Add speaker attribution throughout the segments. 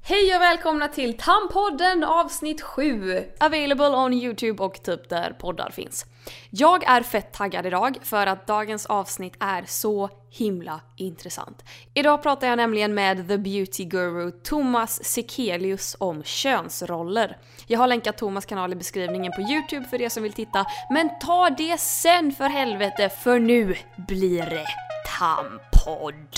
Speaker 1: Hej och välkomna till Tampodden avsnitt 7. Available on YouTube och typ där poddar finns. Jag är fett taggad idag för att dagens avsnitt är så himla intressant. Idag pratar jag nämligen med the beauty guru Thomas Sekelius om könsroller. Jag har länkat Thomas kanal i beskrivningen på YouTube för er som vill titta. Men ta det sen för helvete, för nu blir det Tampodd.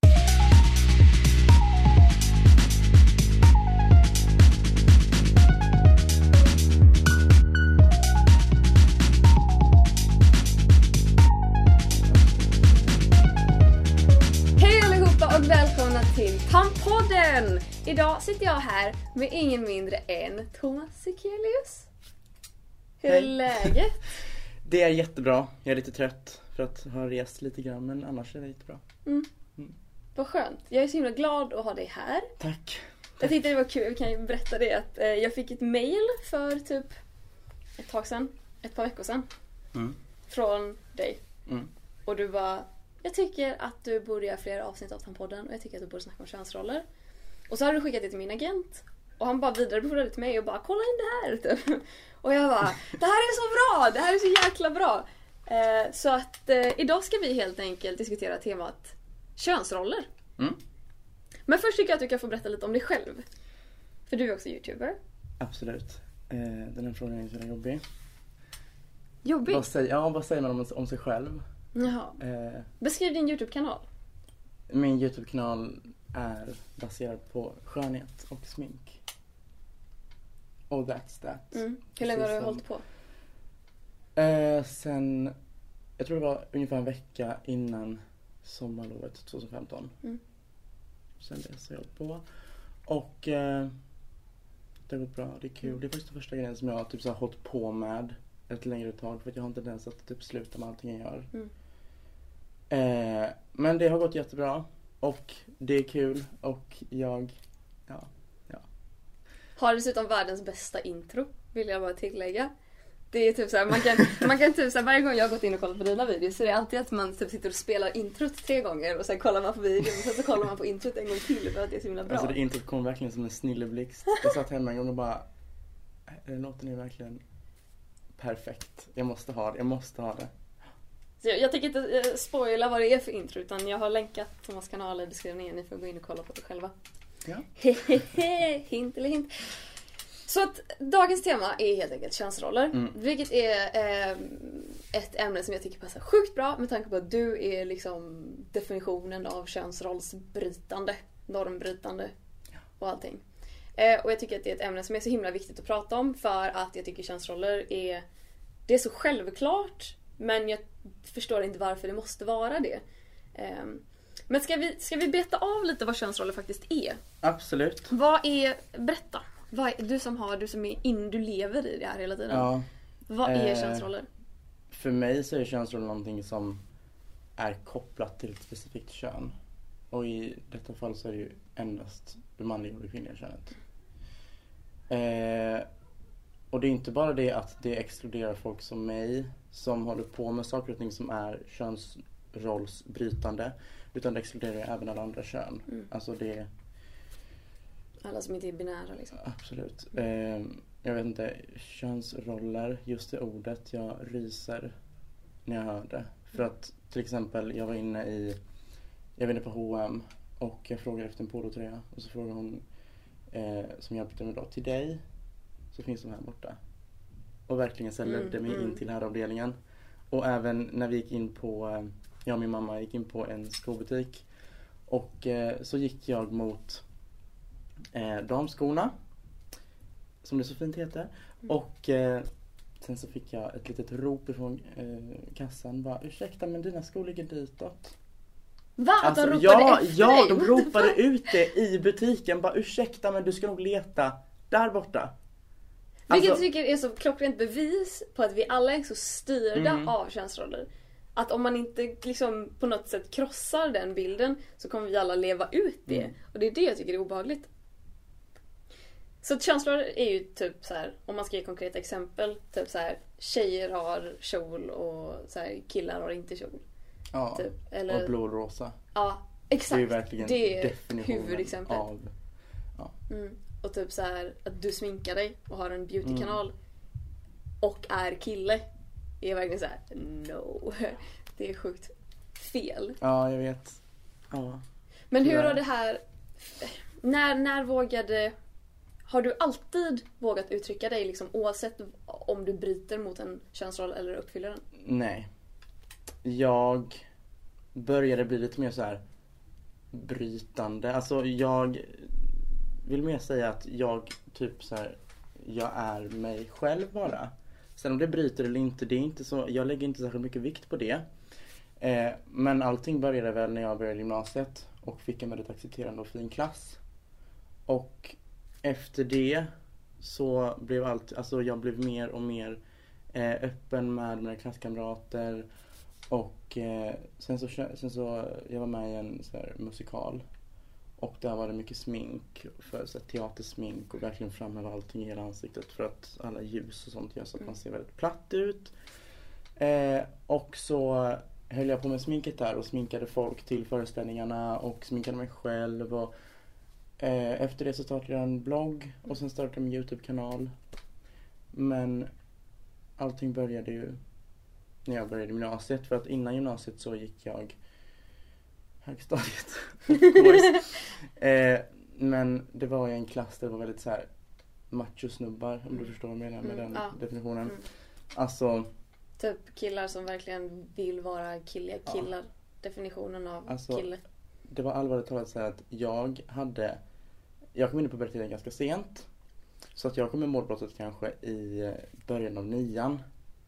Speaker 1: Och välkomna till Tampodden! Idag sitter jag här med ingen mindre än Thomas Sekelius. Hur är läget?
Speaker 2: Det är jättebra. Jag är lite trött för att ha rest lite grann, men annars är det jättebra.
Speaker 1: Vad skönt. Jag är så himla glad att ha dig här.
Speaker 2: Tack.
Speaker 1: Jag tyckte det var kul, jag kan ju berätta det att jag fick ett mail för typ ett tag sedan, ett par veckor sedan. Från dig. Och du var... Jag tycker att du borde göra fler avsnitt av Tampodden och jag tycker att du borde snacka om könsroller. Och så hade du skickat det till min agent. Och han bara vidarebefordrade till mig och bara kolla in det här typ. Och jag bara, det här är så bra, det här är så jäkla bra. Så att idag ska vi helt enkelt diskutera temat könsroller. Men först tycker jag att du kan få berätta lite om dig själv. För du är också YouTuber.
Speaker 2: Absolut. Den här frågan är så jobbig.
Speaker 1: Jobbig?
Speaker 2: Vad säger man om sig själv?
Speaker 1: Jaha. Beskriv din YouTube-kanal.
Speaker 2: Min YouTube-kanal är baserad på skönhet och smink. Och that's that.
Speaker 1: Hur länge har du hållit på?
Speaker 2: Sen, jag tror det var ungefär en vecka innan sommarlovet 2015. Sen dess har jag hållit på. Och det går bra, det är kul. Det är faktiskt första grejen som jag typ så har hållit på med ett längre tag. För att jag har en tendens att typ sluta med allting jag gör. Men det har gått jättebra. Och det är kul. Och jag... Ja.
Speaker 1: Har dessutom världens bästa intro, vill jag bara tillägga. Det är typ såhär, man kan typ såhär, varje gång jag har gått in och kollat på dina videos så är det alltid att man typ sitter och spelar introt 3 gånger och sen kollar man på videon och sen så kollar man på introt en gång till för att det är så himla bra.
Speaker 2: Alltså det introt kom verkligen som en snilleblixt. Jag satt hemma en gång och bara, den låten är verkligen perfekt. Jag måste ha det.
Speaker 1: Så jag tänker inte spoila vad det är för intro utan jag har länkat Thomas kanal i beskrivningen. Ni får gå in och kolla på det själva.
Speaker 2: Ja.
Speaker 1: Hint eller hint. Så att dagens tema är helt enkelt könsroller. Vilket är ett ämne som jag tycker passar sjukt bra med tanke på att du är liksom definitionen av könsrollsbrytande, normbrytande och allting. Och jag tycker att det är ett ämne som är så himla viktigt att prata om för att jag tycker könsroller är så självklart men jag förstår inte varför det måste vara det. Men ska vi beta av lite vad könsroller faktiskt är?
Speaker 2: Absolut.
Speaker 1: Berätta. Du lever i det här hela tiden.
Speaker 2: Ja.
Speaker 1: Vad är könsroller?
Speaker 2: För mig så är könsroller någonting som är kopplat till ett specifikt kön. Och i detta fall så är det ju endast det manliga och det kvinnliga könet. Och det är inte bara det att det exkluderar folk som mig som håller på med saker och ting som är könsrollsbrytande, utan det exkluderar även alla andra kön. Alltså det...
Speaker 1: Alla som inte är binära liksom.
Speaker 2: Absolut. Jag vet inte, könsroller, just det ordet, jag ryser när jag hör det. För att till exempel jag var inne på H&M och jag frågade efter en polotröja och så frågade hon som hjälpte mig då, till dig så finns de här borta. Och verkligen så ledde mig in till här avdelningen. Och även när vi gick in på, jag och min mamma gick in på en skobutik. Och så gick jag mot damskorna, som det så fint heter. Och sen så fick jag ett litet rop ifrån kassan. Bara, ursäkta men dina skor ligger ditåt.
Speaker 1: Va?
Speaker 2: Alltså,
Speaker 1: de ropade efter dig?
Speaker 2: De ropade ut det i butiken. Bara, ursäkta men du ska nog leta där borta.
Speaker 1: Vilket jag tycker är så klockrent bevis på att vi alla är så styrda av könsroller. Att om man inte liksom på något sätt krossar den bilden så kommer vi alla leva ut det. Och det är det jag tycker är obehagligt. Så könsroller är ju typ så här, om man ska ge konkreta exempel, typ så här, tjejer har kjol och så här, killar har inte kjol.
Speaker 2: Ja,
Speaker 1: typ. Eller...
Speaker 2: och blå och rosa.
Speaker 1: Ja, exakt.
Speaker 2: Det är verkligen
Speaker 1: det är
Speaker 2: definitionen
Speaker 1: huvudexempel.
Speaker 2: av... Ja.
Speaker 1: Och typ så här att du sminkar dig och har en beautykanal och är kille är verkligen så här: no. Det är sjukt fel.
Speaker 2: Ja, jag vet. Ja.
Speaker 1: Men hur har det här... När vågade... Har du alltid vågat uttrycka dig liksom, oavsett om du bryter mot en könsroll eller uppfyller den?
Speaker 2: Nej. Jag började bli lite mer så här brytande. Alltså jag vill mer säga att jag typ så här, jag är mig själv bara. Sen om det bryter eller inte, det är inte så, jag lägger inte särskilt mycket vikt på det. Men allting började väl när jag började gymnasiet och fick en väldigt accepterande och fin klass. Och efter det så blev jag blev mer och mer öppen med mina klasskamrater. Och sen så jag var med i en så här musikal. Och där var det mycket smink, för så här, teatersmink och verkligen framhäva allting i hela ansiktet för att alla ljus och sånt gör så att man ser väldigt platt ut. Och så höll jag på med sminket där och sminkade folk till föreställningarna och sminkade mig själv. Och, efter det så startade jag en blogg och sen startade jag en YouTube-kanal. Men allting började ju när jag började gymnasiet, för att innan gymnasiet så gick jag högstadiet. Of course. Men det var ju en klass där det var väldigt så här macho-snubbar, om du förstår vad jag menar med den definitionen. Alltså
Speaker 1: typ killar som verkligen vill vara killiga killar. Definitionen av kille.
Speaker 2: Det var allvarligt talat så här att jag kom in på puberteten ganska sent. Så att jag kom i målbrottet kanske i början av 9:an.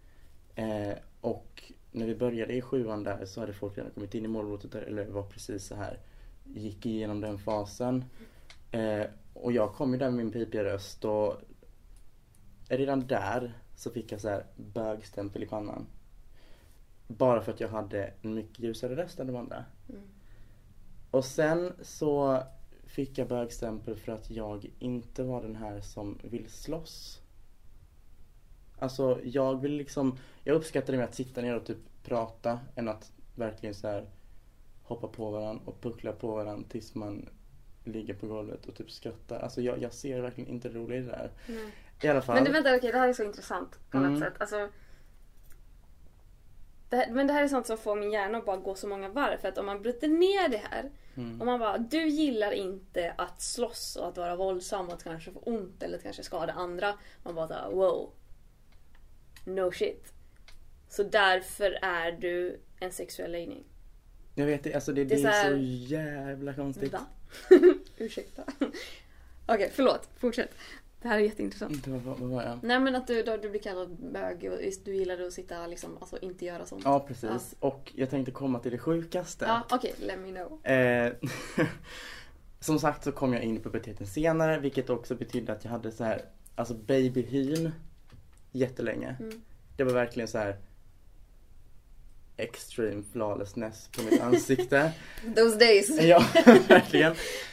Speaker 2: Och när vi började i 7:an där så hade folk redan kommit in i målbrottet där, eller var precis så här, gick igenom den fasen. Och jag kom ju där med min pipiga röst och redan där så fick jag så här bögstämpel i pannan. Bara för att jag hade en mycket ljusare röst än de andra. Och sen så fick jag bögstämpel för att jag inte var den här som vill slåss. Alltså jag uppskattade med att sitta ner och typ prata än att verkligen så här hoppa på varandra och puckla på varandra tills man ligger på golvet och typ skrattar. Alltså jag ser verkligen inte roligt i det där. I alla fall.
Speaker 1: Men vänta, okej, det här är så intressant på något sätt. Alltså, men det här är sånt som får min hjärna att bara gå så många varv. För att om man bryter ner det här och man bara, du gillar inte att slåss och att vara våldsam och att kanske få ont eller att kanske skada andra. Man bara såhär, wow, no shit. Så därför är du en sexuell läggning.
Speaker 2: Jag vet det, alltså det är så jävla konstigt.
Speaker 1: Va? Ursäkta. Okej, förlåt, fortsätt. Det här är jätteintressant.
Speaker 2: Vad var jag?
Speaker 1: Nej, men att du blir kallad bög och du gillade att sitta liksom, alltså inte göra sånt.
Speaker 2: Ja, precis. Ja. Och jag tänkte komma till det sjukaste.
Speaker 1: Ja, okej, let me know.
Speaker 2: Som sagt så kom jag in i puberteten senare, vilket också betydde att jag hade så här, alltså babyhyn jättelänge. Det var verkligen så här extreme flawlessness på mitt ansikte.
Speaker 1: Those days.
Speaker 2: Ja, verkligen.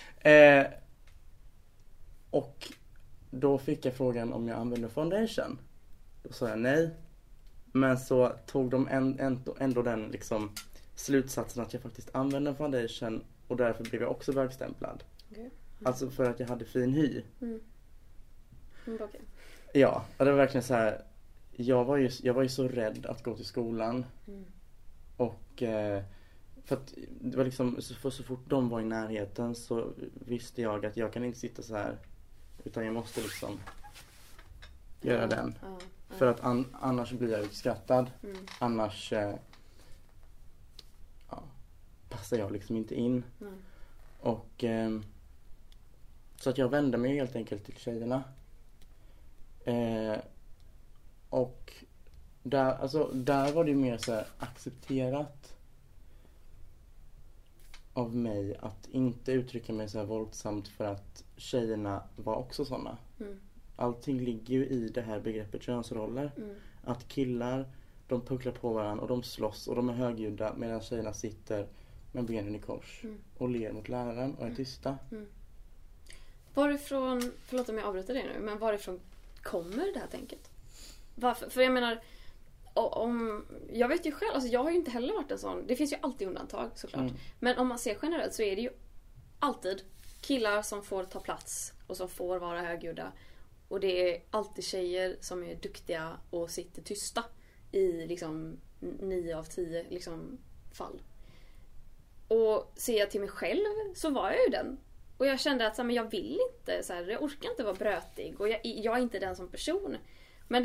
Speaker 2: Och då fick jag frågan om jag använde foundation. Då sa jag nej. Men så tog de ändå den liksom slutsatsen att jag faktiskt använde foundation och därför blev jag också bögstämplad. Okay. Alltså för att jag hade fin hy.
Speaker 1: Okay.
Speaker 2: Ja, och det var verkligen så här. Jag var ju så rädd att gå till skolan. Och för att det var liksom så fort de var i närheten så visste jag att jag kan inte sitta så här, utan jag måste liksom göra den. För att annars blir jag utskrattad. Annars passar jag liksom inte in. Och så att jag vände mig helt enkelt till tjejerna. Och där var det mer så här accepterat av mig att inte uttrycka mig så här våldsamt för att tjejerna var också såna. Allting ligger ju i det här begreppet könsroller. Att killar, de pucklar på varandra och de slåss och de är högljudda medan tjejerna sitter med benen i kors och ler mot läraren och är tysta.
Speaker 1: Varifrån, förlåt om jag avbryter det nu, men varifrån kommer det här tänket? Varför? För jag menar, jag vet ju själv, alltså jag har ju inte heller varit en sån. Det finns ju alltid undantag såklart. Men om man ser generellt så är det ju alltid killar som får ta plats och som får vara högljudda. Och det är alltid tjejer som är duktiga och sitter tysta i liksom 9 av 10 liksom fall. Och ser jag till mig själv så var jag ju den. Och jag kände att så här, men jag vill inte, så här, jag orkar inte vara brötig. Och jag är inte den som person. Men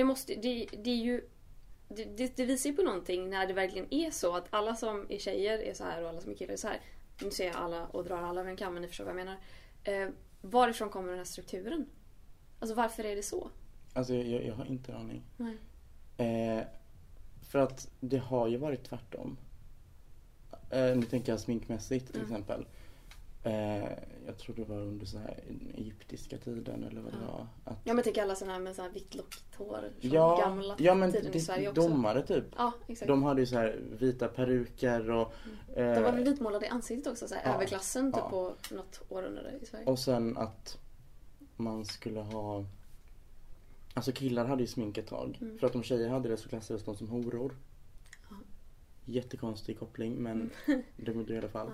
Speaker 1: det visar ju på någonting när det verkligen är så att alla som är tjejer är så här och alla som är killar är så här. Nu ser jag alla och drar alla över en kam, men ni förstår vad jag menar. Varifrån kommer den här strukturen? Alltså varför är det så?
Speaker 2: Alltså jag har inte en aning.
Speaker 1: Nej.
Speaker 2: För att det har ju varit tvärtom. Nu tänker jag sminkmässigt till exempel. Jag tror det var under så här egyptiska tiden eller vad det var. Att...
Speaker 1: Ja, men jag tänker alla sådana här med så här vitt lockigt hår från gamla
Speaker 2: men
Speaker 1: tiden i Sverige också.
Speaker 2: Domare typ.
Speaker 1: Ja, exakt.
Speaker 2: De hade ju så här vita peruker och...
Speaker 1: De var väl vitmålade i ansiktet också, så här, överklassen typ på något århundrade i Sverige.
Speaker 2: Och sen att man skulle ha... Alltså killar hade ju smink ett tag. För att de tjejer hade det så klassades de som horor. Jättekonstig koppling, men det var det i alla fall.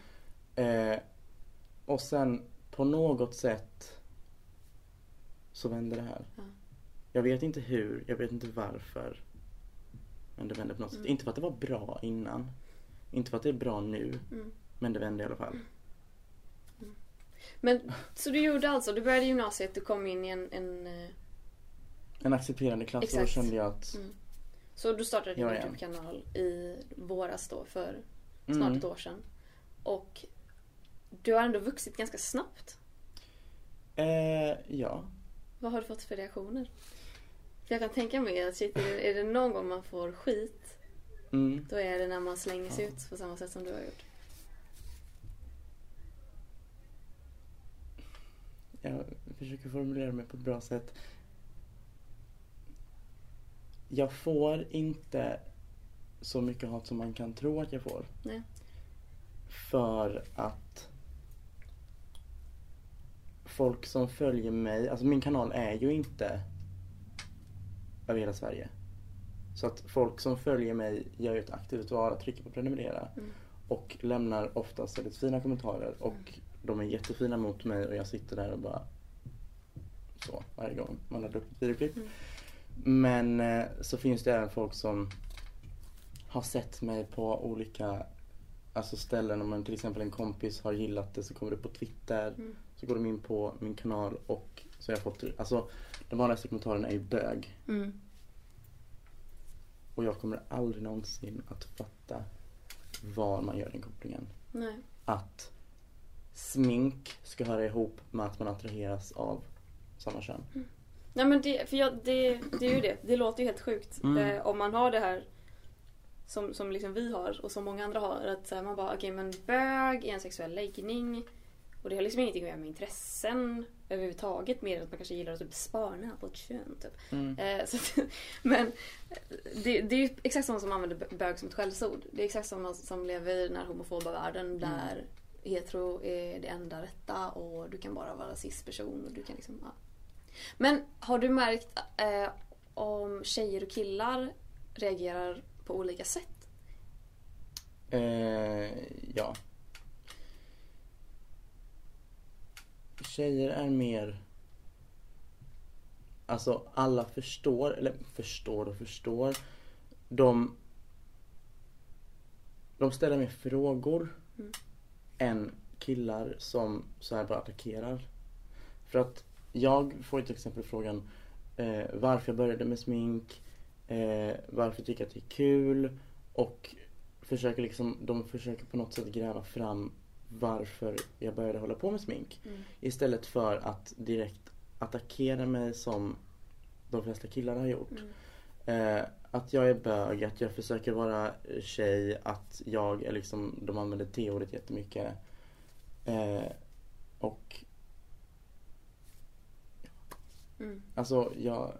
Speaker 2: Och sen på något sätt så vände det här. Jag vet inte hur, jag vet inte varför. Men det vände på något sätt. Inte för att det var bra innan. Inte för att det är bra nu. Men det vände i alla fall.
Speaker 1: Men så du gjorde alltså, du började gymnasiet, du kom in i
Speaker 2: en accepterande klass. Exakt. Och då kände jag att
Speaker 1: så du startade din YouTube-kanal i våras då för snart ett år sedan. Och du har ändå vuxit ganska snabbt.
Speaker 2: Ja.
Speaker 1: Vad har du fått för reaktioner? För jag kan tänka mig att är det någon gång man får skit, då är det när man slänger sig ut på samma sätt som du har gjort.
Speaker 2: Jag försöker formulera mig på ett bra sätt. Jag får inte så mycket hat som man kan tro att jag får.
Speaker 1: Nej.
Speaker 2: För att folk som följer mig, alltså min kanal är ju inte över hela Sverige. Så att folk som följer mig gör ju ett aktivt val att trycka på prenumerera. Och lämnar oftast väldigt fina kommentarer. Och de är jättefina mot mig och jag sitter där och bara så varje gång man laddar upp ett videoklipp. Men så finns det även folk som har sett mig på olika ställen. Om man till exempel en kompis har gillat det så kommer det på Twitter. Så går de in på min kanal och så har jag fått... Alltså den vanligaste kommentaren är ju bög. Och jag kommer aldrig någonsin att fatta var man gör den kopplingen.
Speaker 1: Nej.
Speaker 2: Att smink ska höra ihop med att man attraheras av samma kön.
Speaker 1: Nej, men det är ju det. Det låter ju helt sjukt. Om man har det här som liksom vi har och som många andra har. Att så här, man bara, okej, men bög är en sexuell läggning. Och det har liksom ingenting att göra med intressen överhuvudtaget. Mer än att man kanske gillar att typ spana på ett kön. Typ. Men det är ju exakt samma som använder bög som ett skällsord. Det är exakt samma som lever i den här homofoba världen. Där hetero är det enda rätta. Och du kan bara vara cis-person. Och du kan liksom... Ja. Men har du märkt om tjejer och killar reagerar på olika sätt?
Speaker 2: Ja. Tjejer är mer... Alltså alla förstår. Eller förstår. De ställer mer frågor än killar som så här bara attackerar. För att jag får till exempel frågan varför jag började med smink, varför jag tycker att det är kul, och de försöker på något sätt gräva fram varför jag började hålla på med smink. Istället för att direkt attackera mig som de flesta killar har gjort. Att jag är bög, att jag försöker vara tjej, att jag är liksom, de använder T-ordet jättemycket. Och alltså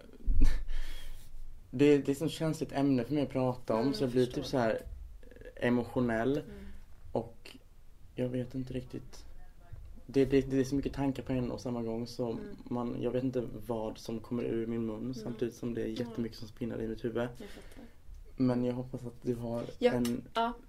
Speaker 2: det är ett sånt känsligt ämne för mig att prata om, så jag blir typ så här emotionell och jag vet inte riktigt. Det är så mycket tankar på en och samma gång så jag vet inte vad som kommer ur min mun samtidigt som det är jättemycket som spinner i mitt huvud. Men jag hoppas att du har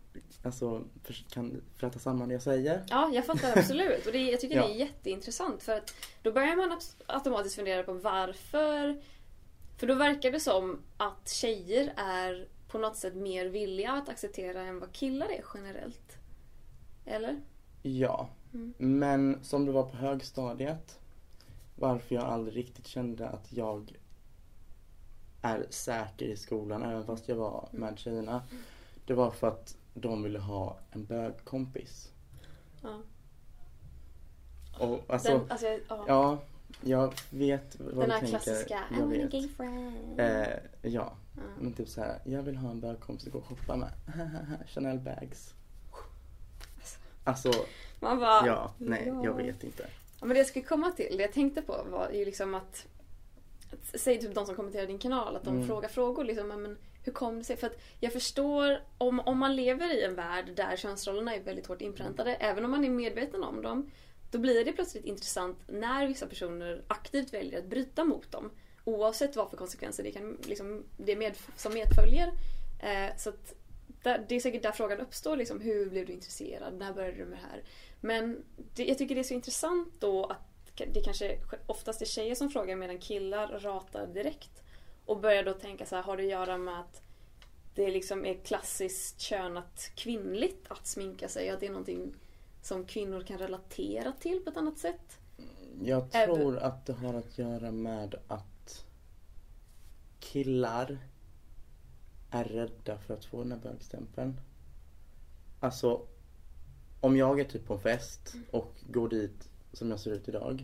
Speaker 2: alltså, kan fläta samman det jag säger?
Speaker 1: Ja, jag fattar absolut. Och jag tycker det är jätteintressant. För att då börjar man automatiskt fundera på varför. För då verkar det som att tjejer är på något sätt mer villiga att acceptera än vad killar är generellt. Eller?
Speaker 2: Ja. Men som det var på högstadiet, varför jag aldrig riktigt kände att jag är säker i skolan även fast jag var med tjejerna. Det var för att de ville ha en bögkompis.
Speaker 1: Ja.
Speaker 2: Och alltså, ja, jag vet vad
Speaker 1: den
Speaker 2: du
Speaker 1: här
Speaker 2: tänker.
Speaker 1: Klassiska,
Speaker 2: jag
Speaker 1: I want a
Speaker 2: vet.
Speaker 1: gay friend.
Speaker 2: Ja, men typ så här, jag vill ha en bögkompis att gå och shoppa med. Chanel bags. Alltså,
Speaker 1: man bara,
Speaker 2: jag vet inte.
Speaker 1: Ja, men det jag skulle komma till, det jag tänkte på var ju liksom att säg typ de som kommenterar din kanal, att de frågar frågor liksom, men hur kom det sig? För att jag förstår, om man lever i en värld där könsrollerna är väldigt hårt inpräntade, även om man är medveten om dem, då blir det plötsligt intressant när vissa personer aktivt väljer att bryta mot dem. Oavsett vad för konsekvenser det kan liksom, som medföljer. Så att det är säkert där frågan uppstår, liksom, hur blev du intresserad? När började du med det här? Men jag tycker det är så intressant då att det kanske oftast är tjejer som frågar medan killar ratar direkt. Och börjar då tänka så här, har det att göra med att det liksom är klassiskt könat kvinnligt att sminka sig? Att det är någonting som kvinnor kan relatera till på ett annat sätt?
Speaker 2: Jag tror att det har att göra med att killar är rädda för att få den här bögstämpeln. Alltså, om jag är typ på en fest och går dit som jag ser ut idag.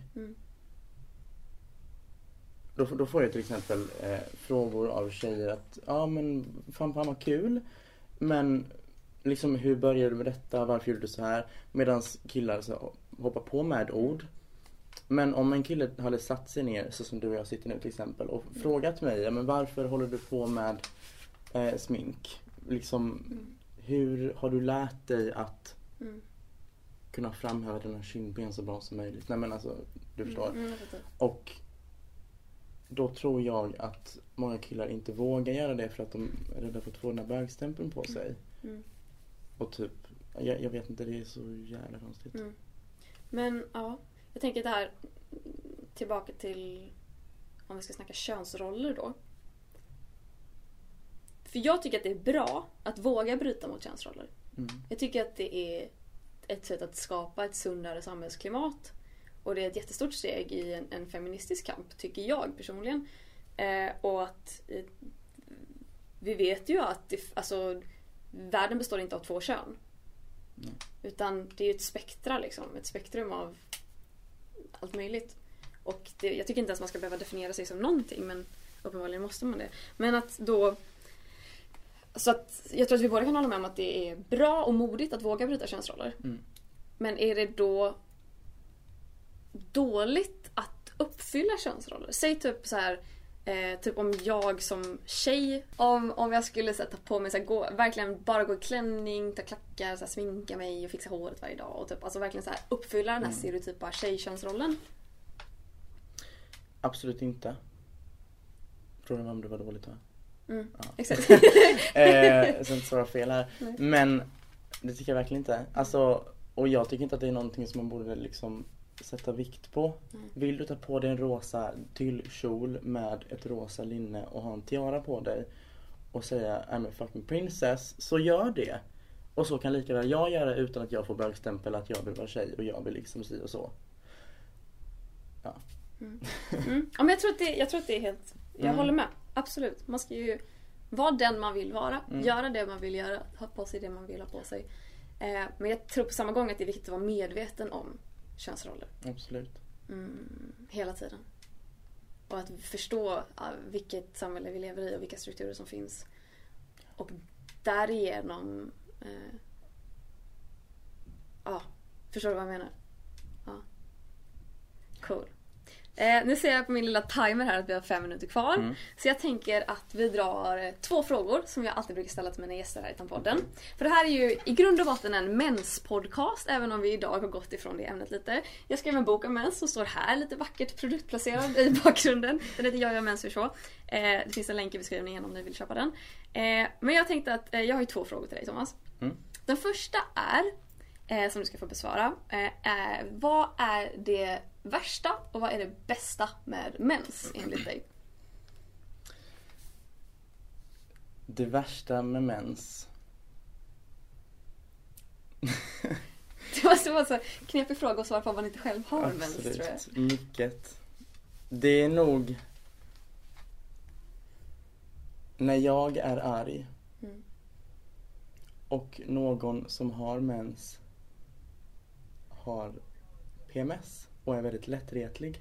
Speaker 2: Då får jag till exempel frågor av tjejer att men fan vad kul. Men liksom, hur började du med detta? Varför gjorde du så här? Medan killar så hoppar på med ord. Men om en kille hade satt sig ner så som du och jag sitter nu till exempel och frågat mig, men varför håller du på med smink? Liksom, hur har du lärt dig att kunna framhäva dina kindben så bra som möjligt? Nej men alltså, du förstår. Och då tror jag att många killar inte vågar göra det för att de är rädda för att få den här bögstämpeln på sig. Och typ, jag vet inte, det är så jävla konstigt.
Speaker 1: Men ja, jag tänker det här tillbaka till, om vi ska snacka könsroller då. För jag tycker att det är bra att våga bryta mot könsroller. Jag tycker att det är ett sätt att skapa ett sundare samhällsklimat. Och det är ett jättestort steg i en feministisk kamp, tycker jag personligen. Och att vi vet ju att världen består inte av två kön. Utan det är ett spektra liksom. Ett spektrum av allt möjligt. Och jag tycker inte ens man ska behöva definiera sig som någonting, men uppenbarligen måste man det. Men att då... Så att jag tror att vi båda kan hålla med om att det är bra och modigt att våga bryta könsroller. Men är det då dåligt att uppfylla könsroller? Säg typ så här, typ om jag som tjej, om jag skulle ta på mig så här, verkligen bara gå i klänning, ta klackar, så här, sminka mig och fixa håret varje dag och typ, alltså verkligen så här, uppfylla den här stereotypa tjejkönsrollen.
Speaker 2: Absolut inte. Frågan om det var dåligt va?
Speaker 1: Ja. Exakt.
Speaker 2: Så inte svara fel här. Nej. Men det tycker jag verkligen inte. Alltså, och jag tycker inte att det är någonting som man borde liksom sätta vikt på. Vill du ta på dig en rosa tyllkjol med ett rosa linne och ha en tiara på dig och säga I'm a fucking princess, så gör det. Och så kan lika väl jag göra utan att jag får bögstämpel att jag vill vara tjej och jag vill liksom si och så. Ja.
Speaker 1: Ja, men jag tror att det är helt... Jag håller med. Absolut. Man ska ju vara den man vill vara. Göra det man vill göra. Ha på sig det man vill ha på sig. Men jag tror på samma gång att det är viktigt att vara medveten om könsroller.
Speaker 2: Absolut.
Speaker 1: Hela tiden. Och att förstå vilket samhälle vi lever i och vilka strukturer som finns. Och därigenom... förstår du vad jag menar? Ja. Cool. Nu ser jag på min lilla timer här att vi har 5 minuter kvar. Så jag tänker att vi drar 2 frågor som jag alltid brukar ställa till mina gäster här i Tampodden. För det här är ju i grund och botten en menspodcast, även om vi idag har gått ifrån det ämnet lite. Jag skrev en bok om mens som står här lite vackert produktplacerad i bakgrunden. Den heter Jag gör mens för så. Det finns en länk i beskrivningen om ni vill köpa den. Men jag tänkte att jag har ju 2 frågor till dig, Thomas. Den första är, som du ska få besvara, vad är det värsta och vad är det bästa med mens enligt dig?
Speaker 2: Det värsta med mens.
Speaker 1: Det måste vara så knepig fråga att svara på om man inte själv har mens, tror jag.
Speaker 2: Mycket. Det är nog när jag är arg och någon som har mens har PMS och är väldigt lättretlig.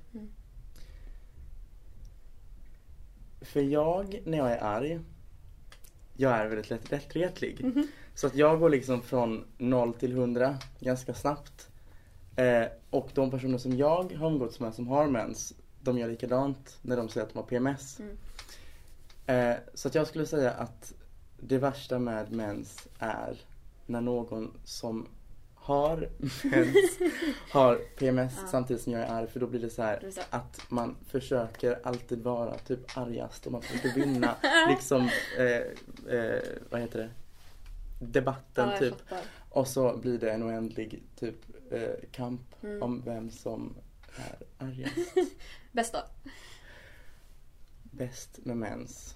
Speaker 2: För när jag är arg, jag är väldigt lättretlig. Så att jag går liksom från 0 till 100 ganska snabbt. Och de personer som jag har umgåtts med som har mens, de gör likadant när de säger att de har PMS. Så att jag skulle säga att det värsta med mens är när någon som har mens har PMS samtidigt som jag är arg. För då blir det så här att man försöker alltid vara typ argast och man försöker vinna liksom, vad heter det? Debatten typ. Och så blir det en oändlig typ kamp om vem som är argast.
Speaker 1: Bäst då?
Speaker 2: Bäst med mens.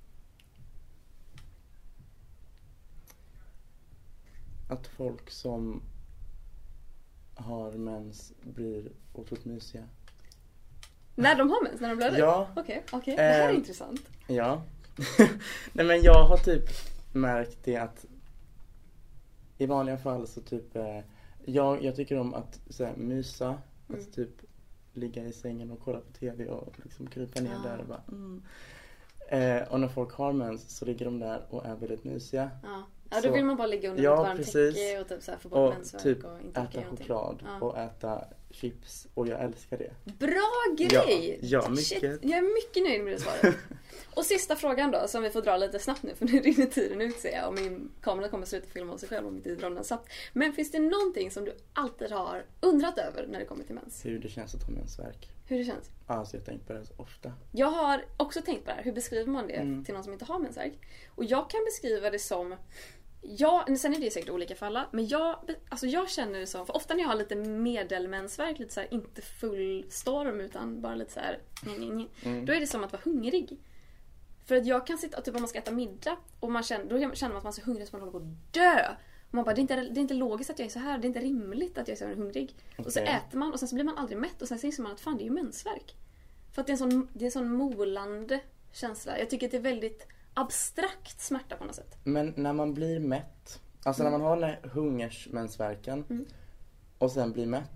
Speaker 2: Att folk som har mens blir otroligt mysiga.
Speaker 1: När de har mens? När de blöder?
Speaker 2: Ja.
Speaker 1: Okej. Det här är intressant.
Speaker 2: Ja. Nej, men jag har typ märkt det att i vanliga fall så typ jag tycker om att så här, mysa, att typ ligga i sängen och kolla på tv och liksom krypa ner där och bara och när folk har mens så ligger de där och är väldigt mysiga.
Speaker 1: Ja, då vill man bara ligga under ett varmt täcke och typ så här få bort mensvärk
Speaker 2: typ
Speaker 1: och inte
Speaker 2: äta choklad och äta chips, och jag älskar det.
Speaker 1: Bra grej!
Speaker 2: Ja, mycket.
Speaker 1: Shit, jag är mycket nöjd med det svaret. Och sista frågan då, som vi får dra lite snabbt nu, för nu rinner tiden ut, ser jag, och min kamera kommer sluta filma av sig själv om inte drar den snabbt. Men finns det någonting som du alltid har undrat över när det kommer till mens?
Speaker 2: Hur det känns att ha mensvärk.
Speaker 1: Hur det känns?
Speaker 2: Alltså jag har tänkt på det så ofta.
Speaker 1: Jag har också tänkt på det här. Hur beskriver man det till någon som inte har mensvärk? Och jag kan beskriva det som... sen är det säkert olika för alla, men jag känner det som, för ofta när jag har lite medelmensvärk, lite så här, inte full storm utan bara lite så här, då är det som att vara hungrig. För att jag kan sitta, typ om man ska äta middag och då känner man att man är så hungrig så man håller på att dö. Och man bara, det är inte logiskt att jag är så här, det är inte rimligt att jag är så här hungrig. Okay. Och så äter man och sen så blir man aldrig mätt och sen inser man att fan, det är ju mensvärk. För att det är en sån molande känsla. Jag tycker att det är väldigt abstrakt smärta på något sätt.
Speaker 2: Men när man blir mätt, alltså när man har den här hungersmensvärken och sen blir mätt,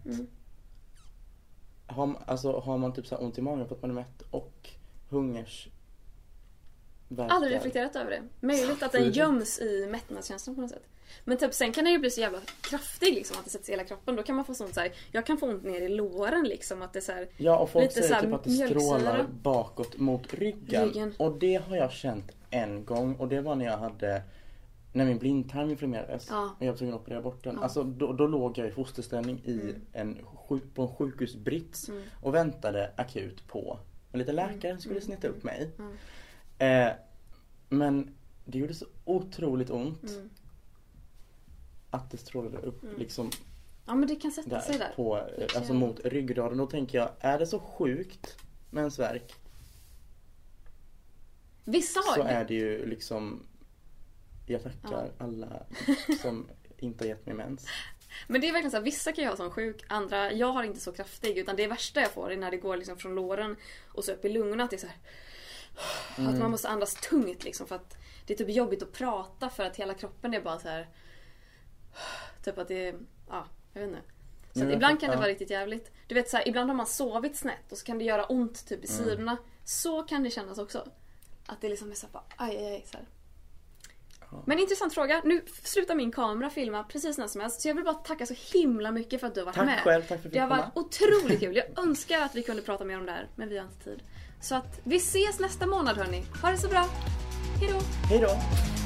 Speaker 2: har man typ så här ont i magen för att man är mätt och hungersverkar?
Speaker 1: Aldrig reflekterat över det. Möjligt att den göms i mättnadskänslan på något sätt. Men typ sen kan den ju bli så jävla kraftig liksom, att det sätts i hela kroppen. Då kan man få sånt så här, jag kan få ont ner i låren liksom, att det så här,
Speaker 2: ja, och folk
Speaker 1: lite
Speaker 2: säger
Speaker 1: så här,
Speaker 2: typ att det strålar bakåt mot ryggen. Och det har jag känt en gång, och det var när min blindtarm inflammerades och jag var tvungen att operera bort den. Alltså då låg jag i fosterställning på en sjukhusbrits och väntade akut på en liten läkare som skulle snitta upp mig. Men det gjorde så otroligt ont att det strålade upp liksom.
Speaker 1: Ja, men det kan sätta sig där
Speaker 2: på, alltså mot ryggraden. Då tänker jag, är det så sjukt mensvärk?
Speaker 1: Vissa har
Speaker 2: så är det ju liksom, jag tackar alla som inte har gett mig mens.
Speaker 1: Men det är verkligen så här, vissa kan jag ha som sjuk, andra, jag har inte så kraftig, utan det värsta jag får är när det går liksom från låren och så upp i lungorna, att det är så här, att man måste andas tungt liksom, för att det är typ jobbigt att prata för att hela kroppen är bara så här, typ att det är, jag vet inte. Så att ibland kan det vara riktigt jävligt. Du vet så här, ibland har man sovit snett och så kan det göra ont typ i sidorna. Så kan det kännas också. Att det liksom är så här, aj så här. Men intressant fråga. Nu slutar min kamera filma precis när som helst. Så jag vill bara tacka så himla mycket för att du har varit med.
Speaker 2: Tack själv, tack för att
Speaker 1: det har varit otroligt kul. Jag önskar att vi kunde prata mer om det här, men vi har inte tid. Så att vi ses nästa månad, hörni. Ha det så bra. Hej då.
Speaker 2: Hej då.